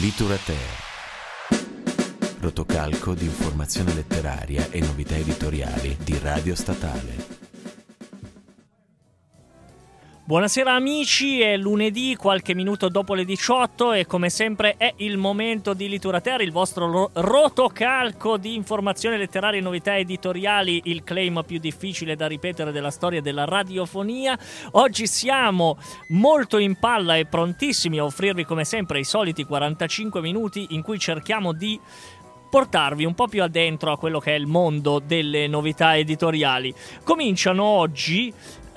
Literature. Rotocalco di informazione letteraria e novità editoriali di Radio Statale. Buonasera amici, è lunedì, qualche minuto dopo le 18 e come sempre è il momento di Literature, il vostro rotocalco di informazione letteraria e novità editoriali, il claim più difficile da ripetere della storia della radiofonia. Oggi siamo molto in palla e prontissimi a offrirvi come sempre i soliti 45 minuti in cui cerchiamo di portarvi un po' più addentro a quello che è il mondo delle novità editoriali. Cominciano oggi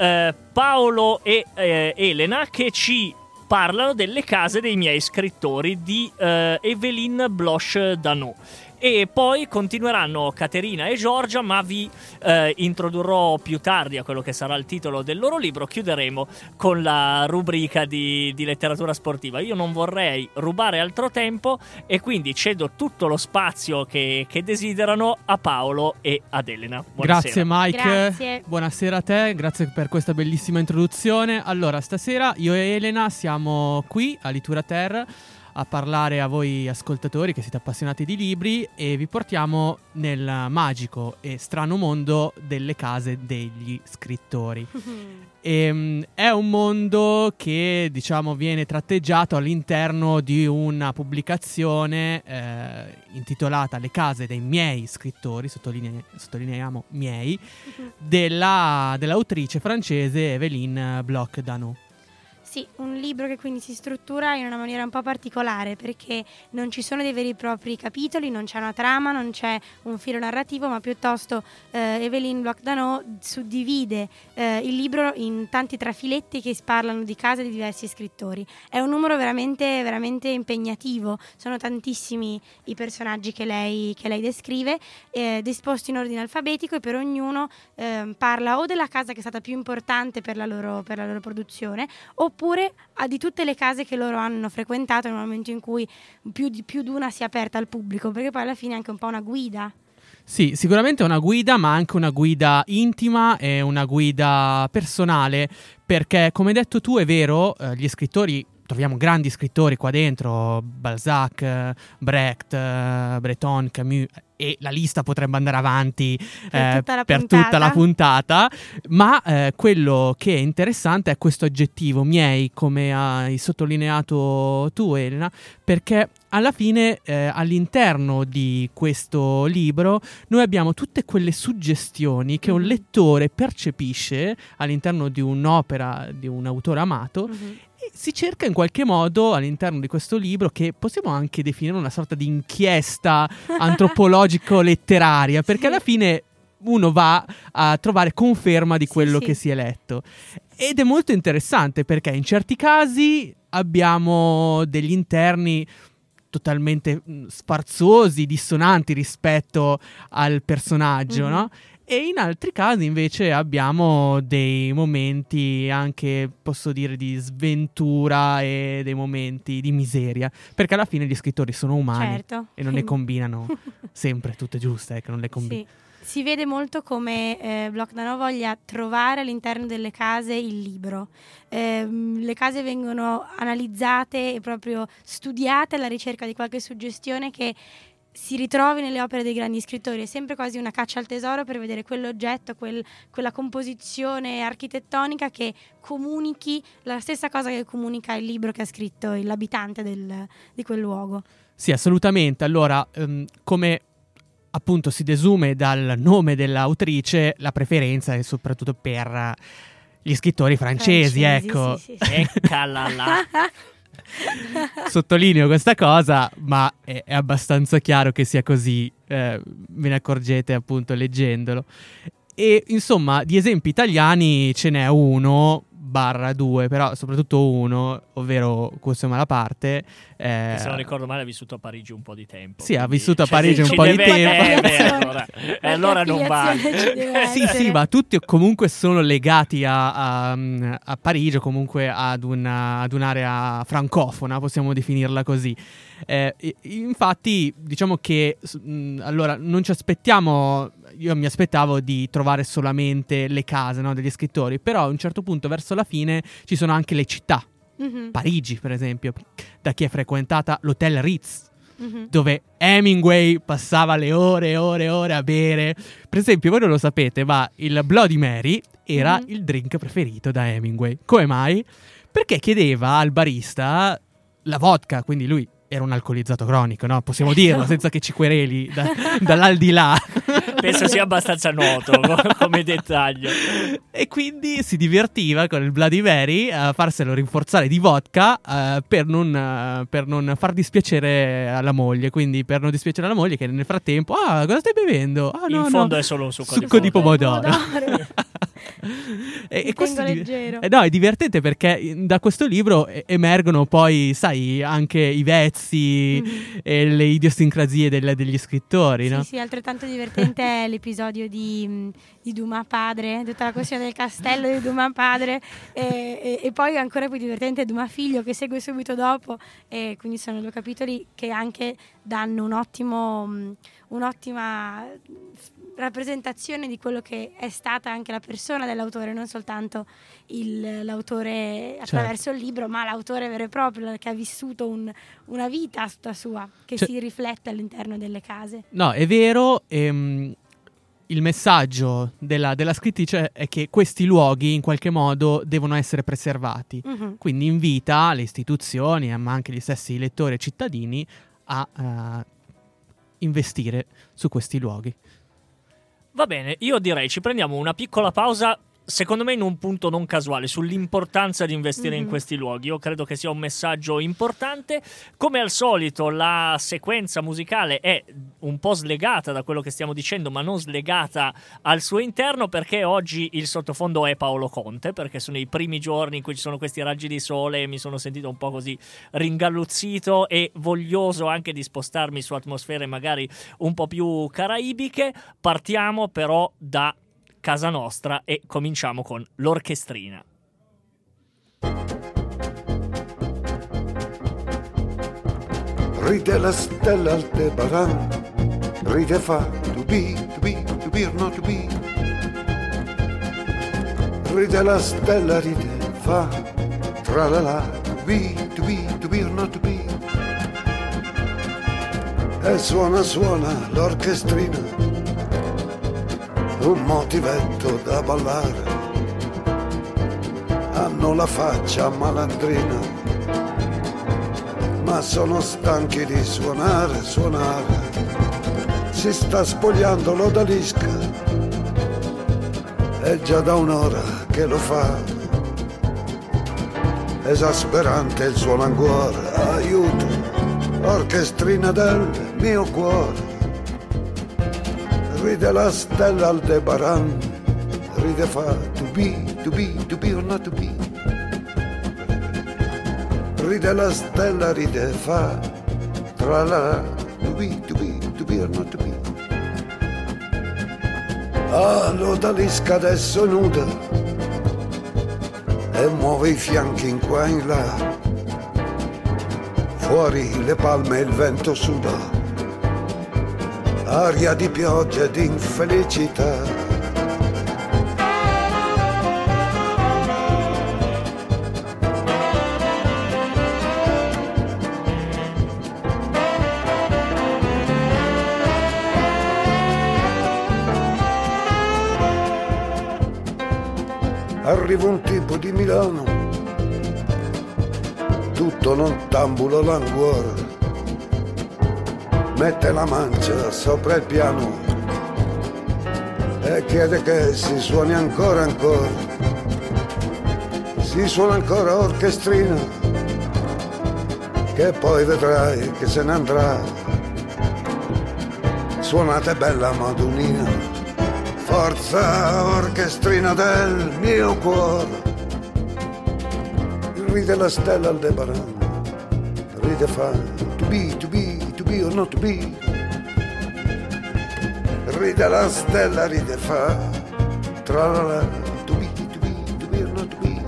Paolo e Elena che ci parlano delle case dei miei scrittori di Evelyn Bloch-Danot. E poi continueranno Caterina e Giorgia, ma vi introdurrò più tardi a quello che sarà il titolo del loro libro. Chiuderemo con la rubrica di letteratura sportiva. Io non vorrei rubare altro tempo e quindi cedo tutto lo spazio che desiderano a Paolo e ad Elena. Buonasera. Grazie Mike. Grazie. Buonasera a te, grazie per questa bellissima introduzione. Allora, stasera io e Elena siamo qui a Literature a parlare a voi ascoltatori che siete appassionati di libri e vi portiamo nel magico e strano mondo delle case degli scrittori. È un mondo che, diciamo, viene tratteggiato all'interno di una pubblicazione intitolata Le case dei miei scrittori, sottolineiamo miei, dell'autrice francese Evelyn Bloch-Danot. Sì, un libro che quindi si struttura in una maniera un po' particolare perché non ci sono dei veri e propri capitoli, non c'è una trama, non c'è un filo narrativo, ma piuttosto Evelyn Bloch-Danot suddivide il libro in tanti trafiletti che parlano di case di diversi scrittori. È un numero veramente, veramente impegnativo, sono tantissimi i personaggi che lei descrive, disposti in ordine alfabetico e per ognuno parla o della casa che è stata più importante per la loro produzione, oppure di tutte le case che loro hanno frequentato nel momento in cui più di una si è aperta al pubblico, perché poi alla fine è anche un po' una guida. Sì, sicuramente è una guida, ma anche una guida intima e una guida personale, perché come hai detto tu è vero, gli scrittori, troviamo grandi scrittori qua dentro, Balzac, Brecht, Breton, Camus, e la lista potrebbe andare avanti per tutta la puntata, ma quello che è interessante è questo aggettivo miei, come hai sottolineato tu Elena, perché alla fine all'interno di questo libro noi abbiamo tutte quelle suggestioni che un lettore percepisce all'interno di un'opera di un autore amato. E si cerca in qualche modo all'interno di questo libro, che possiamo anche definire una sorta di inchiesta antropologico-letteraria, perché alla fine uno va a trovare conferma di quello che si è letto. Ed è molto interessante perché in certi casi abbiamo degli interni totalmente sfarzosi, dissonanti rispetto al personaggio, no? E in altri casi invece abbiamo dei momenti anche, posso dire, di sventura e dei momenti di miseria, perché alla fine gli scrittori sono umani, certo, e non ne combinano sempre tutte giuste, che non le combinano. Sì. Si vede molto come Bloch-Danot voglia trovare all'interno delle case il libro. Le case vengono analizzate e proprio studiate alla ricerca di qualche suggestione che si ritrovi nelle opere dei grandi scrittori. È sempre quasi una caccia al tesoro per vedere quell'oggetto, quella composizione architettonica che comunichi la stessa cosa che comunica il libro che ha scritto l'abitante di quel luogo. Sì, assolutamente. Allora, come appunto si desume dal nome dell'autrice, la preferenza è soprattutto per gli scrittori francesi, ecco. Sì. Eccola là. Sottolineo questa cosa, ma è abbastanza chiaro che sia così, ve ne accorgete appunto leggendolo. E insomma, di esempi italiani ce n'è 1/2, però soprattutto uno, ovvero Cuozzo Malaparte. Che se non ricordo male ha vissuto a Parigi un po' di tempo. Sì, ha vissuto a Parigi un po' di tempo. Allora non vale. Sì, ma tutti comunque sono legati a Parigi, o comunque ad un'area francofona, possiamo definirla così. Infatti, diciamo che allora non ci aspettiamo. Io mi aspettavo di trovare solamente le case, no, degli scrittori, però a un certo punto verso la fine ci sono anche le città Parigi, per esempio, da chi è frequentata l'Hotel Ritz, dove Hemingway passava le ore e ore e ore a bere. Per esempio, voi non lo sapete, ma il Bloody Mary era il drink preferito da Hemingway. Come mai? Perché chiedeva al barista la vodka, quindi lui era un alcolizzato cronico, no? Possiamo dirlo senza che ci quereli dall'aldilà. Penso sia abbastanza noto come dettaglio. E quindi si divertiva con il Bloody Mary a farselo rinforzare di vodka per non far dispiacere alla moglie. Quindi per non dispiacere alla moglie, che nel frattempo, cosa stai bevendo? In fondo è solo un succo di pomodoro. E questo leggero. No, è divertente perché da questo libro emergono poi, sai, anche i vezzi e le idiosincrasie degli scrittori, no? Sì, altrettanto divertente è l'episodio di Dumas padre, tutta la questione del castello di Dumas padre, e poi ancora più divertente Dumas figlio, che segue subito dopo, e quindi sono 2 capitoli che anche danno un'ottima rappresentazione di quello che è stata anche la persona dell'autore, non soltanto l'autore attraverso il libro, ma l'autore vero e proprio, che ha vissuto una vita tutta sua, che si riflette all'interno delle case. No, è vero. Il messaggio della scrittrice è che questi luoghi in qualche modo devono essere preservati. Quindi invita le istituzioni, ma anche gli stessi lettori e cittadini a investire su questi luoghi. Va bene, io direi ci prendiamo una piccola pausa, secondo me in un punto non casuale, sull'importanza di investire in questi luoghi. Io credo che sia un messaggio importante. Come al solito la sequenza musicale è un po' slegata da quello che stiamo dicendo, ma non slegata al suo interno, perché oggi il sottofondo è Paolo Conte, perché sono i primi giorni in cui ci sono questi raggi di sole e mi sono sentito un po' così ringalluzzito e voglioso anche di spostarmi su atmosfere magari un po' più caraibiche. Partiamo però da casa nostra e cominciamo con l'orchestrina. Ride la stella Aldebaran, ride fa to be or not to be. Ride la stella, ride fa tra la la, to be or not to be. E suona l'orchestrina, un motivetto da ballare, hanno la faccia malandrina, ma sono stanchi di suonare, si sta spogliando l'odalisca, è già da un'ora che lo fa, esasperante il suo languore, aiuto, orchestrina del mio cuore. Ride la stella Aldebaran, ride fa to be or not to be. Ride la stella, ride fa tra la to be or not to be. L'odalisca adesso è nuda e muove i fianchi in qua e in là. Fuori le palme e il vento suda, aria di pioggia e di infelicità. Arriva un tipo di Milano, tutto nottambulo languore, mette la mancia sopra il piano e chiede che si suoni ancora. Si suona ancora orchestrina, che poi vedrai che se ne andrà. Suonate bella madunina, forza orchestrina del mio cuore. Ride la stella Aldebaran, ride fa to be or not to be. Ride la stella, ride fa tra la la, to be or not to be.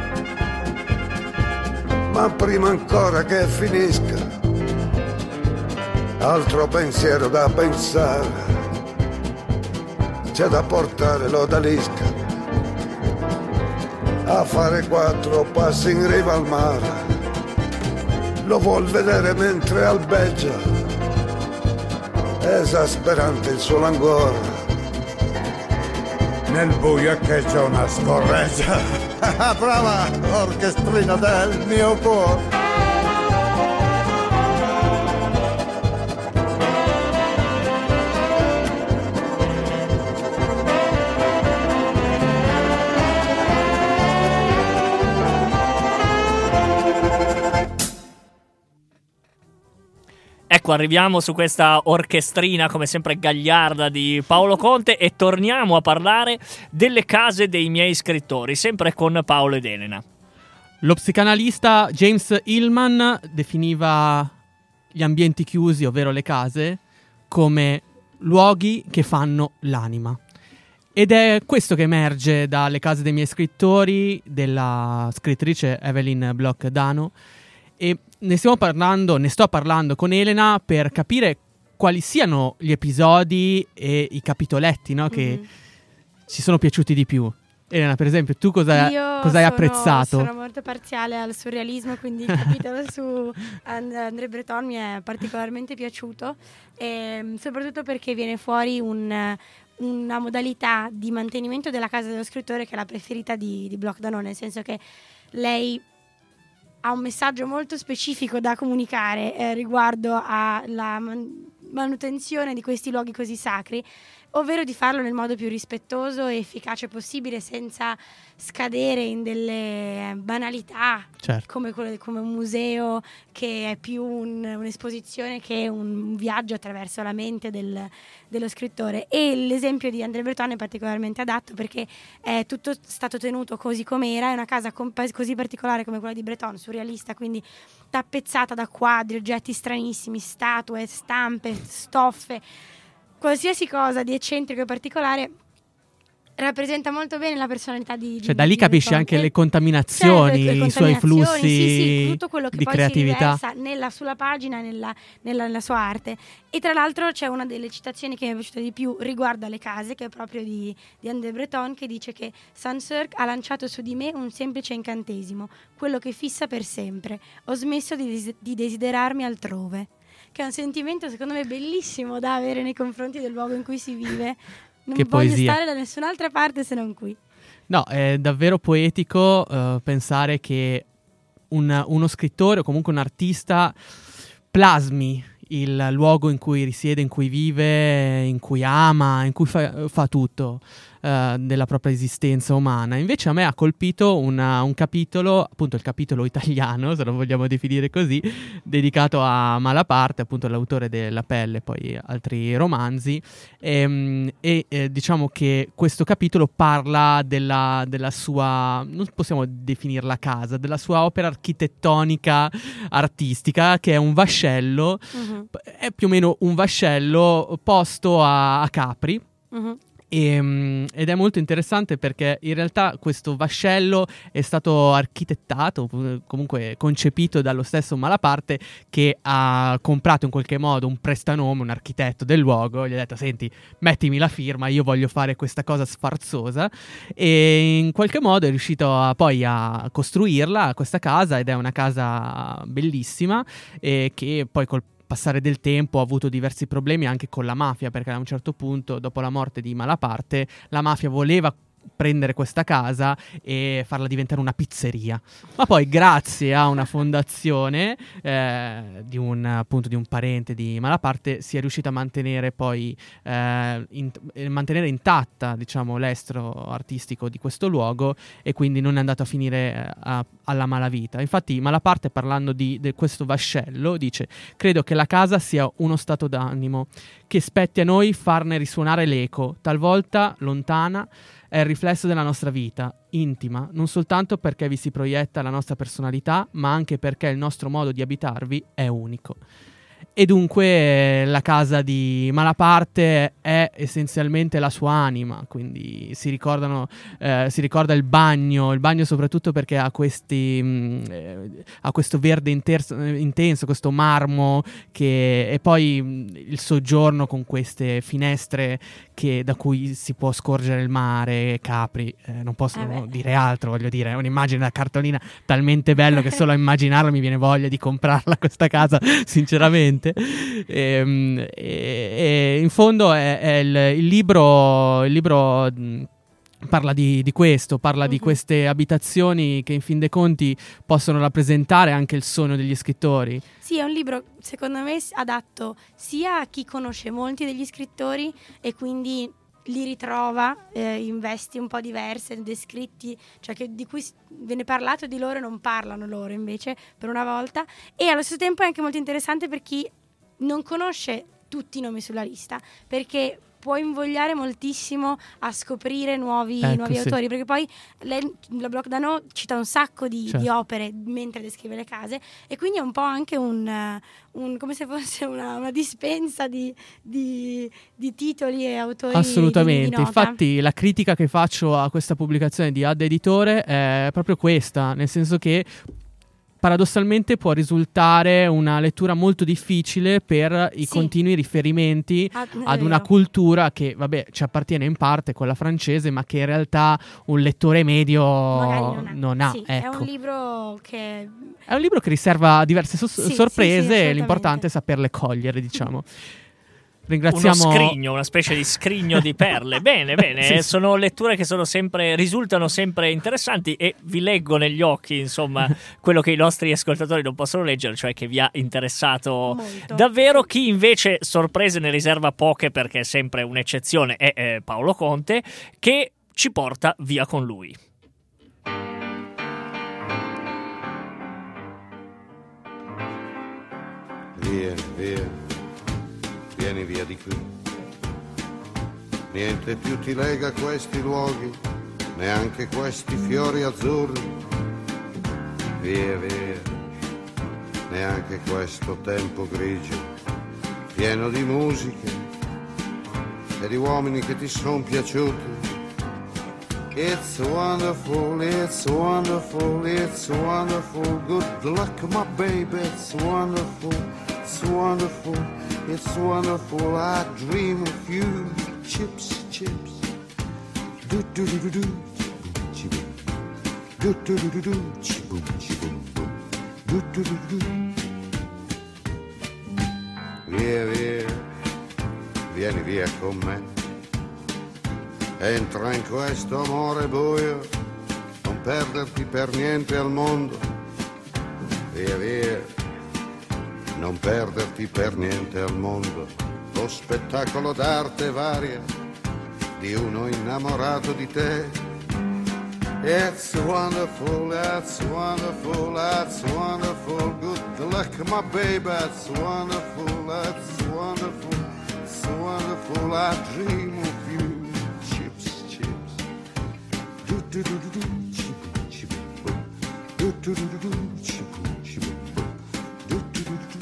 Ma prima ancora che finisca, altro pensiero da pensare, c'è da portare l'odalisca a fare 4 passi in riva al mare. Lo vuol vedere mentre albeggia, esasperante il suo languore. Nel buio echeggia una scorreggia, brava orchestrina del mio cuore. Ecco, arriviamo su questa orchestrina, come sempre gagliarda, di Paolo Conte e torniamo a parlare delle case dei miei scrittori, sempre con Paolo ed Elena. Lo psicanalista James Hillman definiva gli ambienti chiusi, ovvero le case, come luoghi che fanno l'anima. Ed è questo che emerge dalle case dei miei scrittori, della scrittrice Evelyn Bloch Dano, e ne sto parlando con Elena per capire quali siano gli episodi e i capitoletti, no, che ci sono piaciuti di più. Elena, per esempio, tu cosa hai apprezzato? Sono molto parziale al surrealismo, quindi il capitolo su André Breton mi è particolarmente piaciuto, soprattutto perché viene fuori una modalità di mantenimento della casa dello scrittore che è la preferita di Bloch Dano, nel senso che lei ha un messaggio molto specifico da comunicare riguardo alla manutenzione di questi luoghi così sacri, ovvero di farlo nel modo più rispettoso e efficace possibile, senza scadere in delle banalità, certo, come un museo che è più un'esposizione che un viaggio attraverso la mente dello scrittore. E l'esempio di André Breton è particolarmente adatto perché è tutto stato tenuto così com'era, è una casa così particolare come quella di Breton, surrealista, quindi tappezzata da quadri, oggetti stranissimi, statue, stampe, stoffe, qualsiasi cosa di eccentrico e particolare rappresenta molto bene la personalità di da lì capisci anche le contaminazioni, i suoi flussi sì, tutto quello che di poi creatività si riversa sulla pagina, nella sua arte. E tra l'altro c'è una delle citazioni che mi è piaciuta di più riguardo alle case, che è proprio di André Breton, che dice che Saint-Cirq ha lanciato su di me un semplice incantesimo, quello che fissa per sempre. Ho smesso di desiderarmi altrove. Che è un sentimento secondo me bellissimo da avere nei confronti del luogo in cui si vive. Non che voglio poesia. stare da nessun'altra parte se non qui. No, è davvero poetico pensare che uno scrittore o comunque un artista plasmi il luogo in cui risiede, in cui vive, in cui ama, in cui fa tutto della propria esistenza umana. Invece a me ha colpito un capitolo, appunto il capitolo italiano, se lo vogliamo definire così, dedicato a Malaparte, appunto l'autore della Pelle e poi altri romanzi, e diciamo che questo capitolo parla della sua, non possiamo definirla casa, della sua opera architettonica artistica, che è un vascello, è più o meno un vascello posto a Capri. Ed è molto interessante perché in realtà questo vascello è stato architettato, comunque concepito dallo stesso Malaparte, che ha comprato in qualche modo un prestanome, un architetto del luogo, gli ha detto: senti, mettimi la firma, io voglio fare questa cosa sfarzosa, e in qualche modo è riuscito poi a costruirla, questa casa, ed è una casa bellissima, e che poi col passare del tempo ha avuto diversi problemi anche con la mafia, perché a un certo punto, dopo la morte di Malaparte, la mafia voleva prendere questa casa e farla diventare una pizzeria, ma poi grazie a una fondazione di un parente di Malaparte si è riuscita a mantenere poi mantenere intatta, diciamo, l'estro artistico di questo luogo, e quindi non è andato a finire alla malavita. Infatti Malaparte, parlando di questo vascello, dice: credo che la casa sia uno stato d'animo che spetti a noi farne risuonare l'eco, talvolta lontana. È il riflesso della nostra vita, intima, non soltanto perché vi si proietta la nostra personalità, ma anche perché il nostro modo di abitarvi è unico. E dunque la casa di Malaparte è essenzialmente la sua anima, quindi si ricorda il bagno soprattutto perché ha questo verde intenso, questo marmo e poi il soggiorno con queste finestre da cui si può scorgere il mare, Capri, non posso dire altro, voglio dire, è un'immagine da cartolina talmente bello che solo a immaginarlo mi viene voglia di comprarla questa casa, sinceramente. E in fondo è il libro parla di questo, parla di queste abitazioni che in fin dei conti possono rappresentare anche il sogno degli scrittori. Sì, è un libro secondo me adatto sia a chi conosce molti degli scrittori e quindi li ritrova in vesti un po' diverse, descritti, cioè di cui viene parlato, di loro non parlano loro invece per una volta, e allo stesso tempo è anche molto interessante per chi non conosce tutti i nomi sulla lista, perché può invogliare moltissimo a scoprire nuovi autori, perché poi la Bloch Dano cita un sacco di opere mentre descrive le case, e quindi è un po' anche un come se fosse una dispensa di titoli e autori. Assolutamente, di nota. Infatti la critica che faccio a questa pubblicazione di Ad Editore è proprio questa, nel senso che paradossalmente può risultare una lettura molto difficile per i continui riferimenti ad una cultura che, vabbè, ci appartiene in parte, quella francese, ma che in realtà un lettore medio non ha. Sì, ecco. È un libro che riserva diverse sorprese, sì, l'importante è saperle cogliere, diciamo. Ringraziamo... Uno scrigno, una specie di scrigno di perle. Bene, Sì. Sono letture che risultano sempre interessanti, e vi leggo negli occhi, insomma, quello che i nostri ascoltatori non possono leggere, cioè che vi ha interessato molto. Davvero. Chi invece sorprese ne riserva poche, perché è sempre un'eccezione, è Paolo Conte, che ci porta via con lui. Vieni via di qui. Niente più ti lega a questi luoghi, neanche questi fiori azzurri. Via, neanche questo tempo grigio, pieno di musiche e di uomini che ti son piaciuti. It's wonderful, it's wonderful, it's wonderful. Good luck, my baby, it's wonderful. It's wonderful, it's wonderful, I dream of you. Chips, chips. Do do do do do. Chi-boom. Do do do do do. Chi-boom, chi-boom, boom. Do do do do do. Via, vieni via con me. Entra in questo amore buio, non perderti per niente al mondo. Via, non perderti per niente al mondo, lo spettacolo d'arte varia di uno innamorato di te. It's wonderful, it's wonderful, it's wonderful. Good luck, my baby, it's wonderful, it's wonderful, it's wonderful. I dream of you. Chips, chips. Do do do do do. Chip, chip, boom. Do do do do do. Chip, chip, boom. Do do do do do.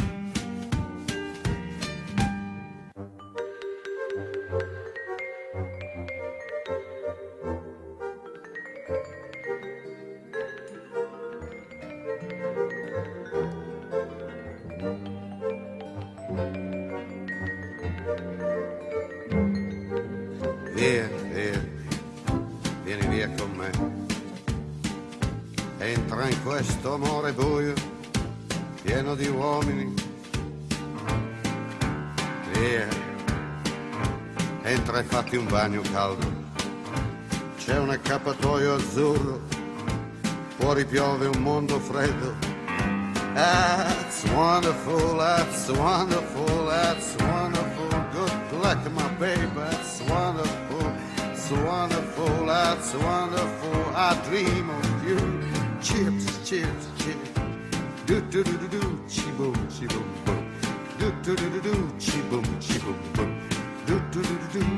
Vieni via con me. Entra in questo amore buio, pieno di uomini. Via, entra e fatti un bagno caldo. C'è un accappatoio azzurro, fuori piove un mondo freddo. That's wonderful, that's wonderful, that's wonderful. Good luck, my baby, that's wonderful, it's wonderful, that's wonderful. I dream of you. Chips, chips, chips. Do do do do do, chi boom, boom. Do do do do do, chi boom, boom. Do do do do do.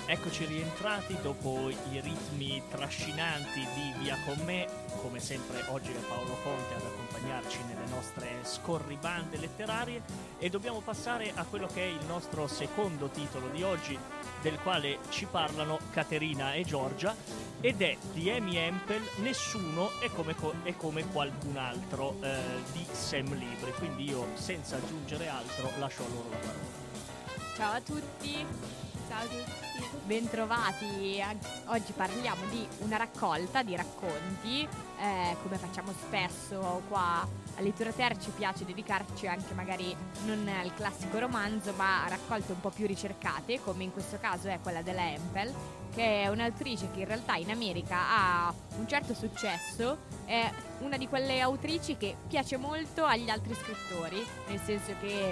Eccoci rientrati dopo i ritmi trascinanti di Via con me. Come sempre oggi è Paolo Conte ad accompagnarci nelle nostre scorribande letterarie e dobbiamo passare a quello che è il nostro secondo titolo di oggi, del quale ci parlano Caterina e Giorgia, ed è di Amy Hempel, Nessuno è come qualcun altro di Sam Libri. Quindi io, senza aggiungere altro, lascio a loro la parola. Ciao a tutti. Ciao a tutti. Bentrovati. Oggi parliamo di una raccolta di racconti. Come facciamo spesso qua a Lettura Ter, ci piace dedicarci anche magari non al classico romanzo, ma a raccolte un po' più ricercate, come in questo caso è quella della Hempel, che è un'autrice che in realtà in America ha un certo successo. È una di quelle autrici che piace molto agli altri scrittori, nel senso che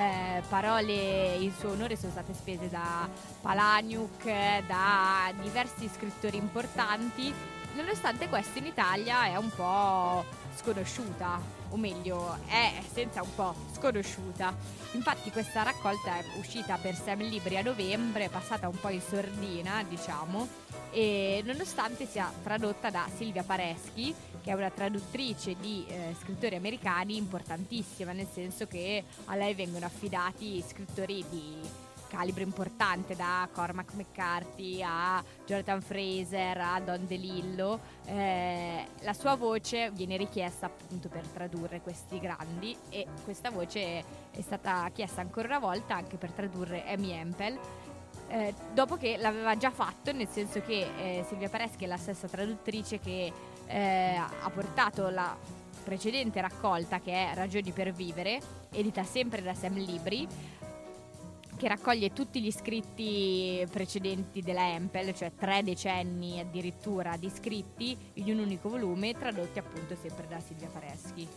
parole in suo onore sono state spese da Palahniuk, da diversi scrittori importanti. Nonostante questo in Italia è un po' sconosciuta, o meglio è senza un po' sconosciuta. Infatti questa raccolta è uscita per Sam Libri a novembre, è passata un po' in sordina, diciamo, e nonostante sia tradotta da Silvia Pareschi, che è una traduttrice di scrittori americani importantissima, nel senso che a lei vengono affidati scrittori di calibro importante, da Cormac McCarthy a Jonathan Fraser a Don DeLillo. La sua voce viene richiesta appunto per tradurre questi grandi, e questa voce è stata chiesta ancora una volta anche per tradurre Amy Hempel, dopo che l'aveva già fatto, nel senso che Silvia Pareschi è la stessa traduttrice che ha portato la precedente raccolta, che è Ragioni per vivere, edita sempre da Sam Libri, che raccoglie tutti gli scritti precedenti della Hempel, cioè 3 decenni addirittura di scritti in un unico volume, tradotti appunto sempre da Silvia Pareschi.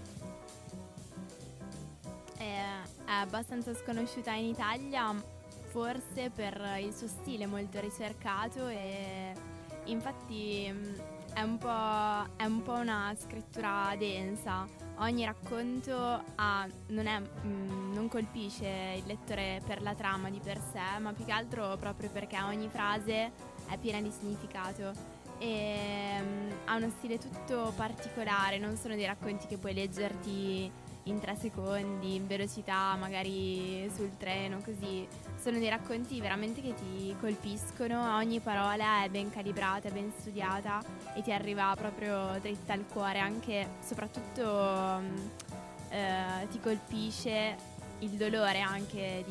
È abbastanza sconosciuta in Italia, forse per il suo stile molto ricercato, e infatti è un po' una scrittura densa. Ogni racconto non colpisce il lettore per la trama di per sé, ma più che altro proprio perché ogni frase è piena di significato e ha uno stile tutto particolare. Non sono dei racconti che puoi leggerti in 3 secondi, in velocità, magari sul treno, così. Sono dei racconti veramente che ti colpiscono, ogni parola è ben calibrata, è ben studiata e ti arriva proprio dritta al cuore. Anche, soprattutto ti colpisce il dolore anche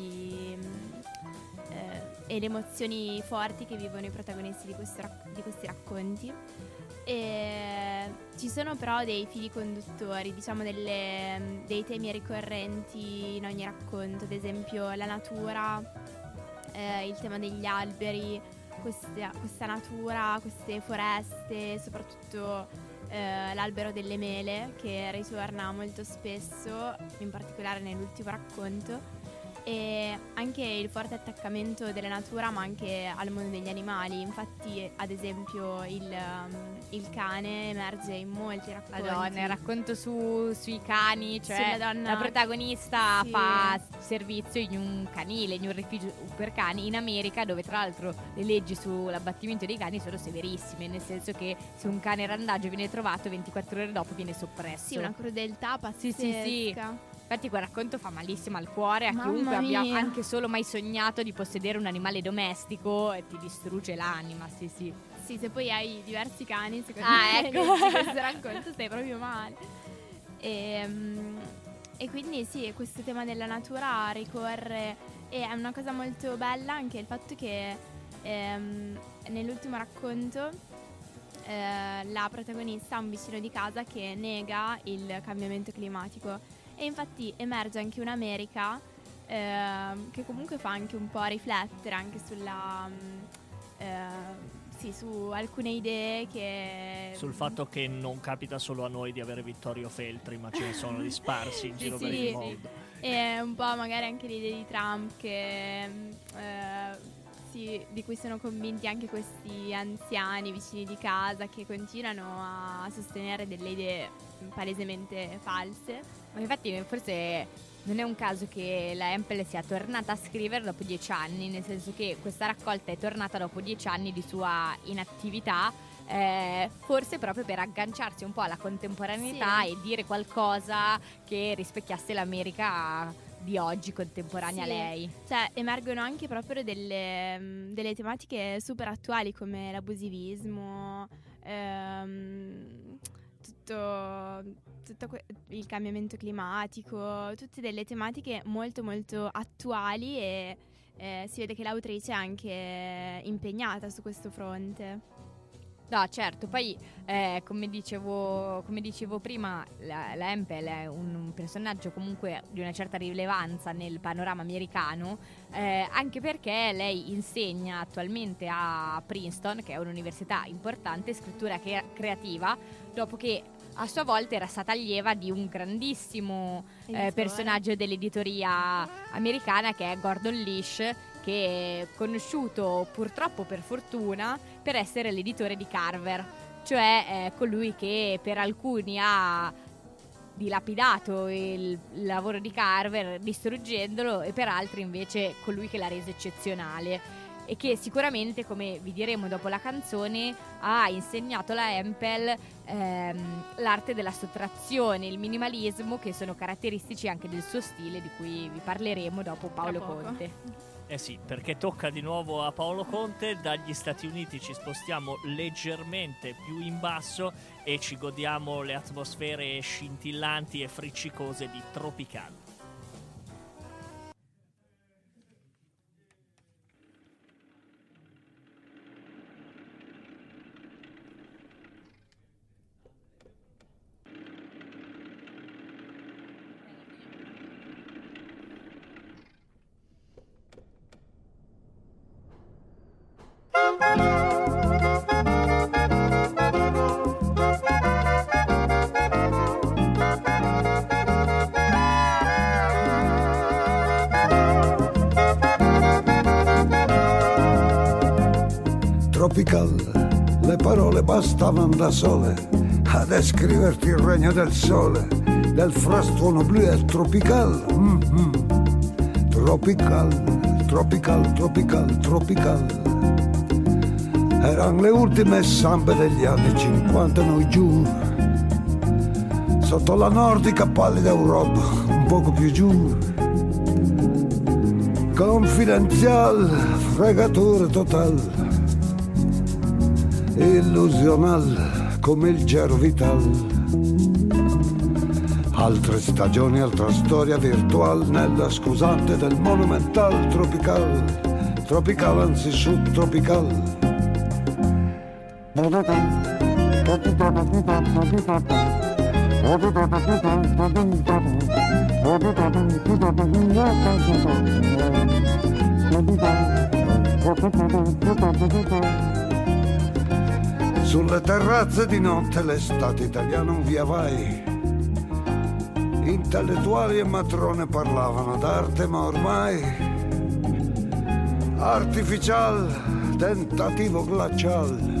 e le emozioni forti che vivono i protagonisti di questi racconti. E ci sono però dei fili conduttori, diciamo dei temi ricorrenti in ogni racconto, ad esempio la natura, il tema degli alberi, questa natura, queste foreste, soprattutto l'albero delle mele, che ritorna molto spesso, in particolare nell'ultimo racconto, e anche il forte attaccamento della natura ma anche al mondo degli animali. Infatti, ad esempio, il cane emerge in molti racconti. Madonna, il racconto sui cani, cioè la protagonista sì, fa servizio in un canile, in un rifugio per cani in America, dove tra l'altro le leggi sull'abbattimento dei cani sono severissime, nel senso che se un cane randagio viene trovato 24 ore dopo viene soppresso. Sì, una crudeltà pazzesca. Sì. Infatti quel racconto fa malissimo al cuore a chiunque abbia anche solo mai sognato di possedere un animale domestico, e ti distrugge l'anima, sì. Sì, se poi hai diversi cani, secondo me, ecco. questo racconto stai proprio male. E quindi sì, questo tema della natura ricorre, e è una cosa molto bella anche il fatto che nell'ultimo racconto la protagonista ha un vicino di casa che nega il cambiamento climatico. E infatti emerge anche un'America che comunque fa anche un po' riflettere anche su alcune idee che... Sul fatto che non capita solo a noi di avere Vittorio Feltri, ma ce ne sono di sparsi in giro per il mondo. E un po' magari anche le idee di Trump che... di cui sono convinti anche questi anziani vicini di casa, che continuano a sostenere delle idee palesemente false. Ma infatti forse non è un caso che la Hempel sia tornata a scrivere dopo 10 anni, nel senso che questa raccolta è tornata dopo 10 anni di sua inattività, forse proprio per agganciarsi un po' alla contemporaneità e dire qualcosa che rispecchiasse l'America di oggi, contemporanea a lei. Cioè, emergono anche proprio delle tematiche super attuali come l'abusivismo, il cambiamento climatico, tutte delle tematiche molto molto attuali e si vede che l'autrice è anche impegnata su questo fronte. No, certo, poi come dicevo prima, la Hempel è un personaggio comunque di una certa rilevanza nel panorama americano, anche perché lei insegna attualmente a Princeton, che è un'università importante, scrittura creativa, dopo che a sua volta era stata allieva di un grandissimo personaggio dell'editoria americana, che è Gordon Lish, che è conosciuto purtroppo, per fortuna, per essere l'editore di Carver, cioè colui che per alcuni ha dilapidato il lavoro di Carver distruggendolo, e per altri invece colui che l'ha reso eccezionale, e che sicuramente, come vi diremo dopo la canzone, ha insegnato la Hempel l'arte della sottrazione, il minimalismo, che sono caratteristici anche del suo stile, di cui vi parleremo dopo Paolo Conte. Eh sì, perché tocca di nuovo a Paolo Conte. Dagli Stati Uniti ci spostiamo leggermente più in basso e ci godiamo le atmosfere scintillanti e friccicose di Tropical. Tropical, le parole bastavano da sole a descriverti il regno del sole, del frastuono blu e tropical. Tropical, tropical, tropical, tropical. Erano le ultime zampe degli anni 50, noi giù, sotto la nordica pallida Europa, un poco più giù. Confidenzial, fregatura total, illusional come il gero vital. Altre stagioni, altra storia virtual nella scusante del monumental tropical. Tropical anzi subtropical. Sulle terrazze di notte l'estate italiana un via vai. Intellettuali e matrone parlavano d'arte, ma ormai artificial, tentativo glacial,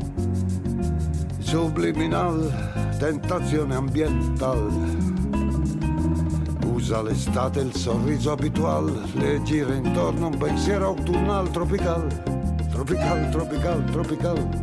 subliminal, tentazione ambiental. Usa l'estate il sorriso abitual, le gira intorno un pensiero autunnal tropical. Tropical, tropical, tropical.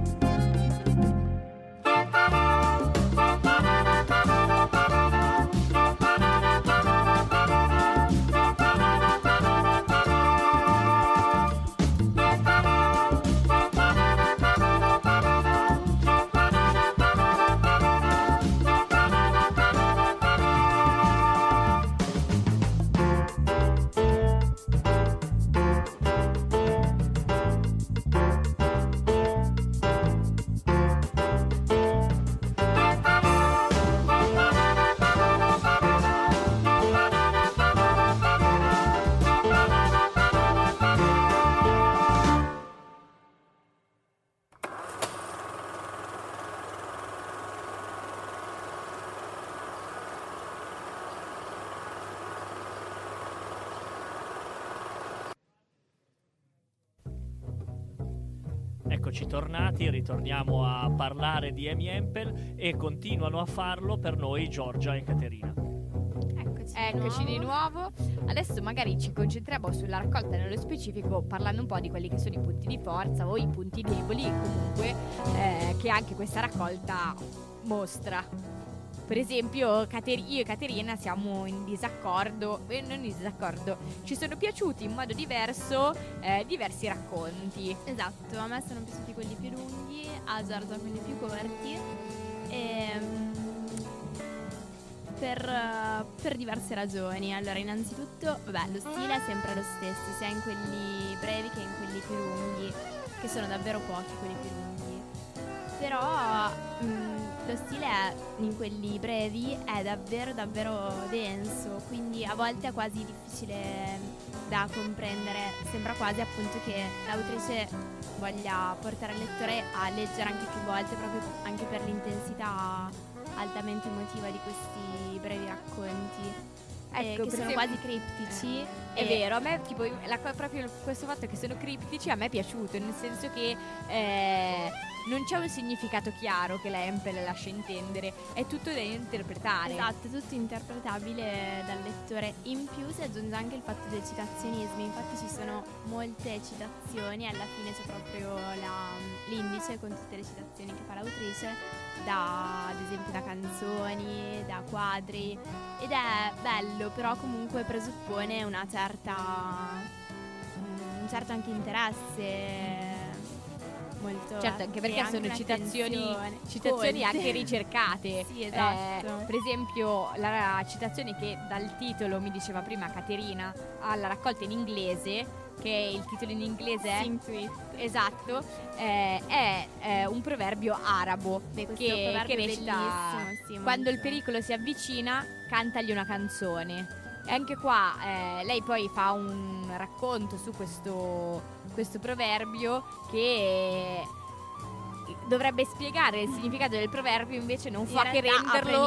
Eccoci tornati, ritorniamo a parlare di Amy Hempel e continuano a farlo per noi Giorgia e Caterina. Eccoci. Eccoci di nuovo. Adesso magari ci concentriamo sulla raccolta nello specifico, parlando un po' di quelli che sono i punti di forza o i punti deboli comunque che anche questa raccolta mostra. Per esempio io e Caterina siamo in disaccordo, non in disaccordo, ci sono piaciuti in modo diverso diversi racconti. Esatto, a me sono piaciuti quelli più lunghi, a Giorgia quelli più corti. Per diverse ragioni. Allora, innanzitutto, vabbè, lo stile è sempre lo stesso, sia in quelli brevi che in quelli più lunghi, che sono davvero pochi quelli più lunghi. Però lo stile in quelli brevi è davvero denso, quindi a volte è quasi difficile da comprendere. Sembra quasi appunto che l'autrice voglia portare il lettore a leggere anche più volte, proprio anche per l'intensità altamente emotiva di questi brevi racconti. Che sono quasi criptici. È vero, a me tipo proprio questo fatto che sono criptici a me è piaciuto, nel senso che non c'è un significato chiaro che la Hempel lascia intendere, è tutto da interpretare. Esatto, è tutto interpretabile dal lettore. In più si aggiunge anche il fatto del citazionismo, infatti ci sono molte citazioni, alla fine c'è proprio l'indice con tutte le citazioni che fa l'autrice, ad esempio da canzoni, da quadri, ed è bello, però comunque presuppone un certo anche interesse molto, certo, anche perché sono citazioni anche ricercate. Sì, esatto. Per esempio la citazione che dal titolo mi diceva prima Caterina alla raccolta in inglese, che il titolo in inglese è Sing to It. Esatto, è un proverbio arabo che recita: sì, quando il pericolo si avvicina, cantagli una canzone. E anche qua lei poi fa un racconto su questo proverbio che dovrebbe spiegare il significato del proverbio, invece non fa che renderlo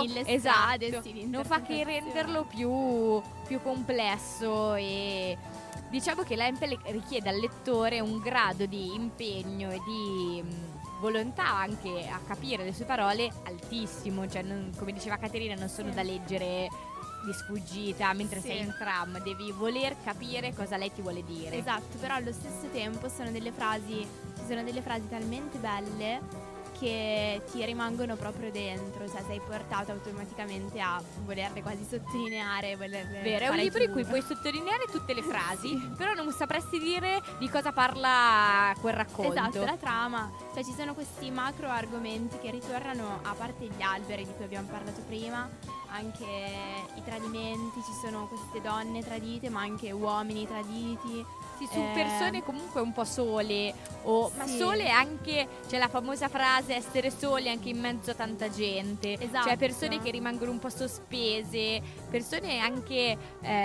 non fa che renderlo più complesso. E diciamo che l'Hempel richiede al lettore un grado di impegno e di volontà anche a capire le sue parole altissimo, cioè come diceva Caterina, non sono da leggere di sfuggita mentre sei in tram, devi voler capire cosa lei ti vuole dire. Esatto, però allo stesso tempo ci sono delle frasi talmente belle che ti rimangono proprio dentro, cioè sei portato automaticamente a volerle quasi sottolineare, volerle vero, è un libro in cui puoi sottolineare tutte le frasi, però non sapresti dire di cosa parla quel racconto. Esatto, la trama, cioè ci sono questi macro argomenti che ritornano, a parte gli alberi di cui abbiamo parlato prima, anche i tradimenti, ci sono queste donne tradite ma anche uomini traditi. Sì, su persone comunque un po' sole, ma sole anche, c'è la famosa frase essere soli anche in mezzo a tanta gente. Esatto. Cioè persone che rimangono un po' sospese, persone anche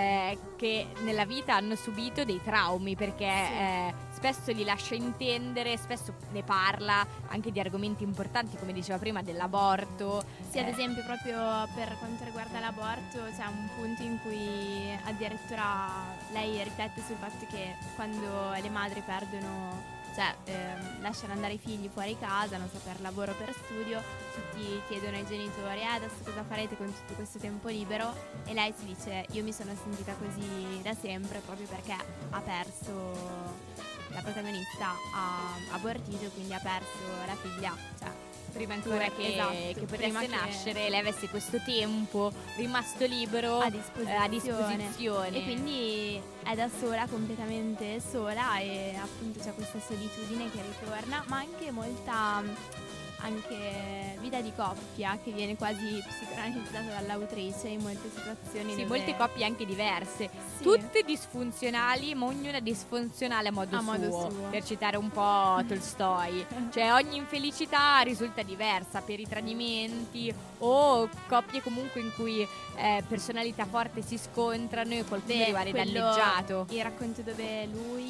che nella vita hanno subito dei traumi, perché spesso li lascia intendere, spesso ne parla anche di argomenti importanti, come diceva prima, dell'aborto. Sì, ad esempio proprio per quanto riguarda l'aborto c'è un punto in cui addirittura lei riflette sul fatto che quando le madri perdono, cioè lasciano andare i figli fuori casa, non so, per lavoro o per studio, tutti chiedono ai genitori adesso cosa farete con tutto questo tempo libero, e lei si dice io mi sono sentita così da sempre, proprio perché ha perso, la protagonista ha abortito, quindi ha perso la figlia, cioè prima ancora che potesse nascere, lei avesse questo tempo rimasto libero a disposizione. E quindi è da sola, completamente sola, e appunto c'è questa solitudine che ritorna, ma anche molta vita di coppia che viene quasi psicoanalizzata dall'autrice in molte situazioni. Sì, molte coppie anche diverse, tutte disfunzionali, ma ognuna disfunzionale a modo suo, per citare un po' Tolstoi. Cioè ogni infelicità risulta diversa per i tradimenti, o coppie comunque in cui personalità forti si scontrano e qualcuno rimane danneggiato. Il racconto dove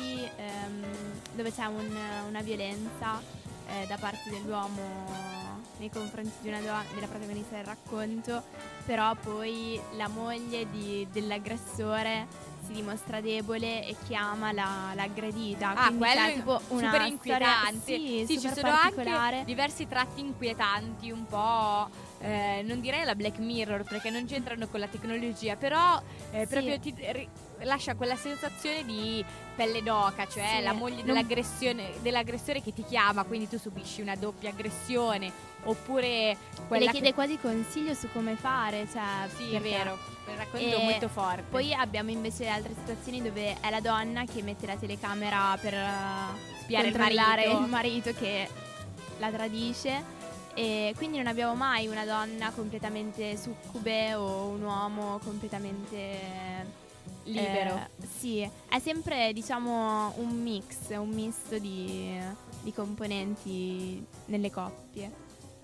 dove c'è una violenza da parte dell'uomo nei confronti di della protagonista del racconto, però poi la moglie dell'aggressore si dimostra debole e chiama l'aggredita. Quello è tipo super inquietante. Sì, ci sono anche diversi tratti inquietanti, un po' non direi la Black Mirror perché non c'entrano con la tecnologia, però proprio lascia quella sensazione di pelle d'oca, cioè la moglie dell'aggressore che ti chiama, quindi tu subisci una doppia aggressione, oppure le chiede quasi consiglio su come fare, cioè sì, è vero, il racconto è molto forte. Poi abbiamo invece altre situazioni dove è la donna che mette la telecamera per spiare il marito che la tradisce, e quindi non abbiamo mai una donna completamente succube o un uomo completamente libero. Sì, è sempre diciamo un misto di componenti nelle coppie.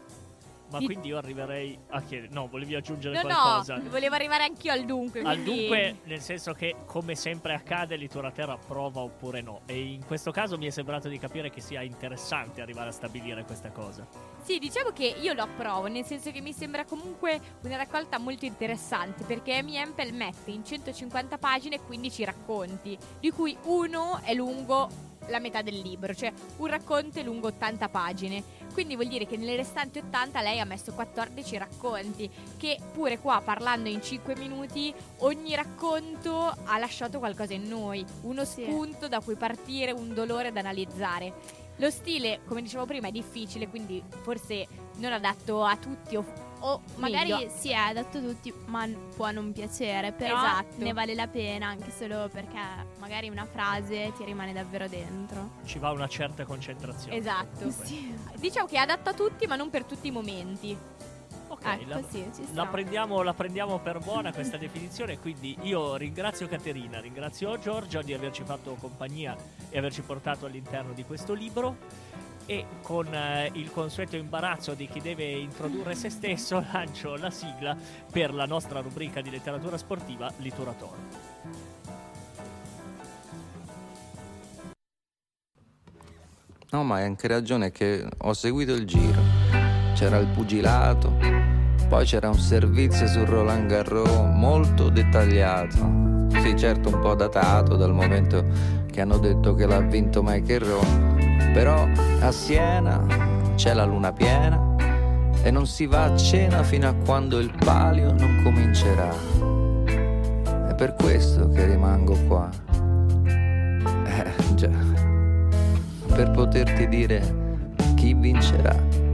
Ma quindi io arriverei a chiedere... No, volevi aggiungere qualcosa? No, volevo arrivare anch'io al dunque. Al dunque, nel senso che, come sempre accade, Litura Terra prova oppure no. E in questo caso mi è sembrato di capire che sia interessante arrivare a stabilire questa cosa. Sì, diciamo che io lo approvo, nel senso che mi sembra comunque una raccolta molto interessante, perché Amy Hempel mette in 150 pagine 15 racconti, di cui uno è lungo la metà del libro, cioè un racconto è lungo 80 pagine. Quindi vuol dire che nelle restanti 80 lei ha messo 14 racconti, che pure qua, parlando in 5 minuti, ogni racconto ha lasciato qualcosa in noi, uno spunto da cui partire, un dolore da analizzare. Lo stile, come dicevo prima, è difficile, quindi forse non adatto a tutti o magari meglio, sì, è adatto a tutti, ma può non piacere, però ne vale la pena, anche solo perché magari una frase ti rimane davvero dentro. Ci va una certa concentrazione. Esatto. Sì. Diciamo che è adatto a tutti, ma non per tutti i momenti. Ok, ci sta. la prendiamo per buona questa definizione. Quindi io ringrazio Caterina, ringrazio Giorgia di averci fatto compagnia e averci portato all'interno di questo libro. E con il consueto imbarazzo di chi deve introdurre se stesso, lancio la sigla per la nostra rubrica di letteratura sportiva, Liturator. No, ma hai anche ragione che ho seguito il giro. C'era il pugilato, poi c'era un servizio su Roland Garros molto dettagliato. Sì, certo, un po' datato dal momento che hanno detto che l'ha vinto McEnroe. Però a Siena c'è la luna piena e non si va a cena fino a quando il palio non comincerà. È per questo che rimango qua. Già, per poterti dire chi vincerà.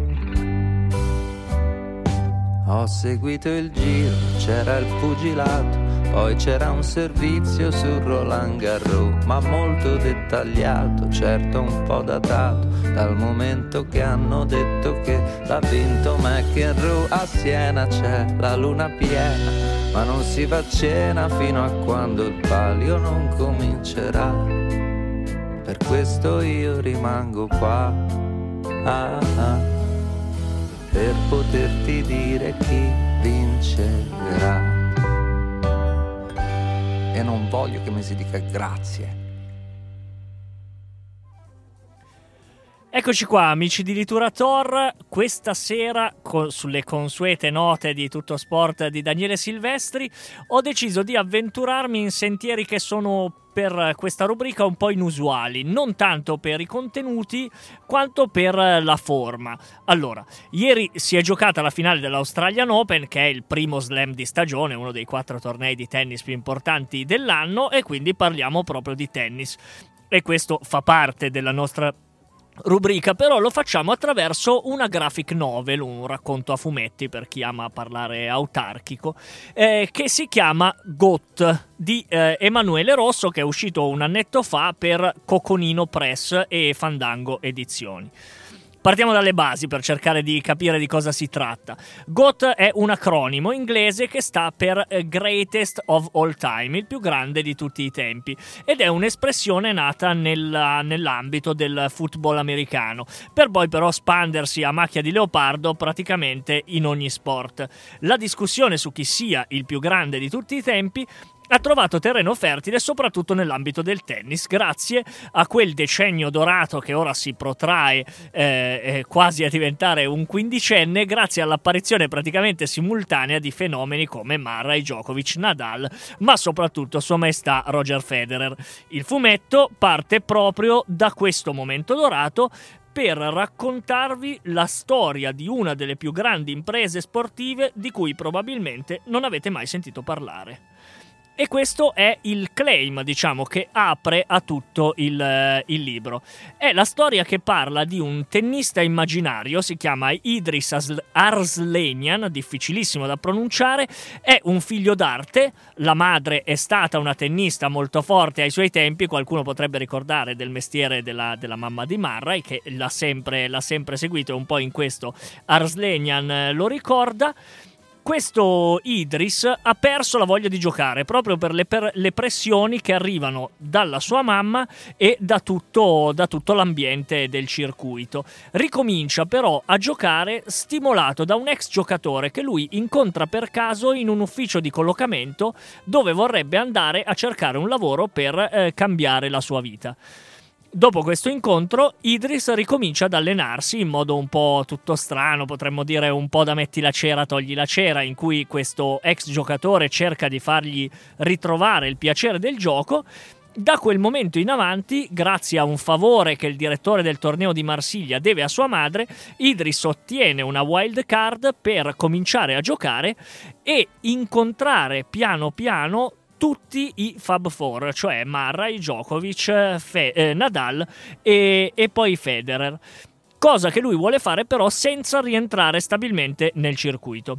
Ho seguito il giro, c'era il pugilato, poi c'era un servizio su Roland Garros, ma molto dettagliato, certo un po' datato, dal momento che hanno detto che l'ha vinto McEnroe. A Siena c'è la luna piena, ma non si va a cena fino a quando il palio non comincerà. Per questo io rimango qua, per poterti dire chi vincerà. E non voglio che mi si dica grazie. Eccoci qua, amici di Liturator. Questa sera, sulle consuete note di Tutto Sport di Daniele Silvestri, ho deciso di avventurarmi in sentieri che sono per questa rubrica un po' inusuali, non tanto per i contenuti quanto per la forma. Allora, ieri si è giocata la finale dell'Australian Open, che è il primo slam di stagione, uno dei 4 tornei di tennis più importanti dell'anno, e quindi parliamo proprio di tennis. E questo fa parte della nostra rubrica, però lo facciamo attraverso una graphic novel, un racconto a fumetti per chi ama parlare autarchico, che si chiama GOT di Emanuele Rosso, che è uscito un annetto fa per Coconino Press e Fandango Edizioni. Partiamo dalle basi per cercare di capire di cosa si tratta. GOAT è un acronimo inglese che sta per Greatest of All Time, il più grande di tutti i tempi, ed è un'espressione nata nell'ambito del football americano, per poi però spandersi a macchia di leopardo praticamente in ogni sport. La discussione su chi sia il più grande di tutti i tempi ha trovato terreno fertile soprattutto nell'ambito del tennis, grazie a quel decennio dorato che ora si protrae quasi a diventare un quindicenne, grazie all'apparizione praticamente simultanea di fenomeni come Murray, Djokovic, Nadal, ma soprattutto Sua Maestà Roger Federer. Il fumetto parte proprio da questo momento dorato, per raccontarvi la storia di una delle più grandi imprese sportive di cui probabilmente non avete mai sentito parlare. E questo è il claim, diciamo, che apre a tutto il libro. È la storia che parla di un tennista immaginario, si chiama Idris Arslanian, difficilissimo da pronunciare, è un figlio d'arte, la madre è stata una tennista molto forte ai suoi tempi, qualcuno potrebbe ricordare del mestiere della mamma di Murray, che l'ha sempre seguito, e un po' in questo Arslanian lo ricorda. Questo Idris ha perso la voglia di giocare proprio per le pressioni che arrivano dalla sua mamma e da tutto l'ambiente del circuito. Ricomincia però a giocare stimolato da un ex giocatore che lui incontra per caso in un ufficio di collocamento dove vorrebbe andare a cercare un lavoro per cambiare la sua vita. Dopo questo incontro, Idris ricomincia ad allenarsi in modo un po' tutto strano, potremmo dire un po' da metti la cera, togli la cera, in cui questo ex giocatore cerca di fargli ritrovare il piacere del gioco. Da quel momento in avanti, grazie a un favore che il direttore del torneo di Marsiglia deve a sua madre, Idris ottiene una wild card per cominciare a giocare e incontrare piano piano tutti i Fab Four, cioè Murray, Djokovic, Nadal e poi Federer, cosa che lui vuole fare però senza rientrare stabilmente nel circuito.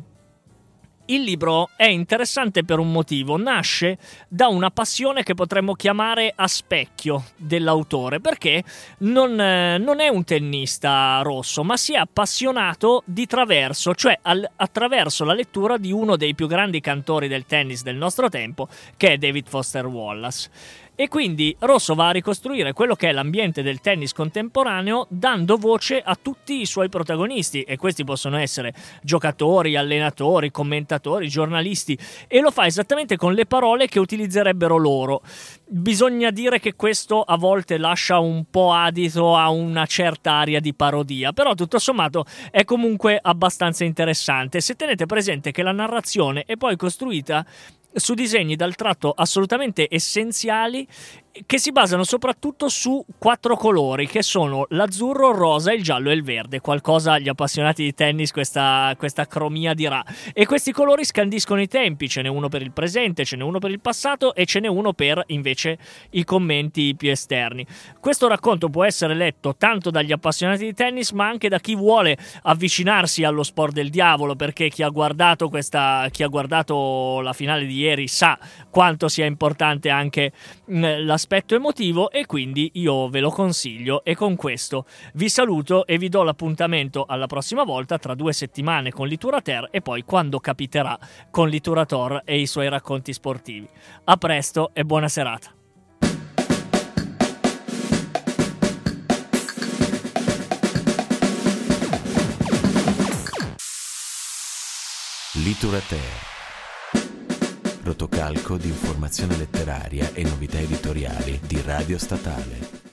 Il libro è interessante per un motivo, nasce da una passione che potremmo chiamare a specchio dell'autore, perché non è un tennista rosso, ma si è appassionato di traverso, cioè attraverso la lettura di uno dei più grandi cantori del tennis del nostro tempo, che è David Foster Wallace. E quindi Rosso va a ricostruire quello che è l'ambiente del tennis contemporaneo dando voce a tutti i suoi protagonisti, e questi possono essere giocatori, allenatori, commentatori, giornalisti, e lo fa esattamente con le parole che utilizzerebbero loro. Bisogna dire che questo a volte lascia un po' adito a una certa aria di parodia, però tutto sommato è comunque abbastanza interessante se tenete presente che la narrazione è poi costruita su disegni dal tratto assolutamente essenziali che si basano soprattutto su 4 colori, che sono l'azzurro, il rosa, il giallo e il verde. Qualcosa agli appassionati di tennis questa cromia dirà. E questi colori scandiscono i tempi, ce n'è uno per il presente, ce n'è uno per il passato e ce n'è uno per invece i commenti più esterni. Questo racconto può essere letto tanto dagli appassionati di tennis, ma anche da chi vuole avvicinarsi allo sport del diavolo, perché chi ha guardato la finale di ieri sa quanto sia importante anche l'aspetto emotivo, e quindi io ve lo consiglio. E con questo vi saluto e vi do l'appuntamento alla prossima volta tra 2 settimane con Liturater, e poi quando capiterà con Liturator e i suoi racconti sportivi. A presto e buona serata. Liturater. Rotocalco di informazione letteraria e novità editoriali di Radio Statale.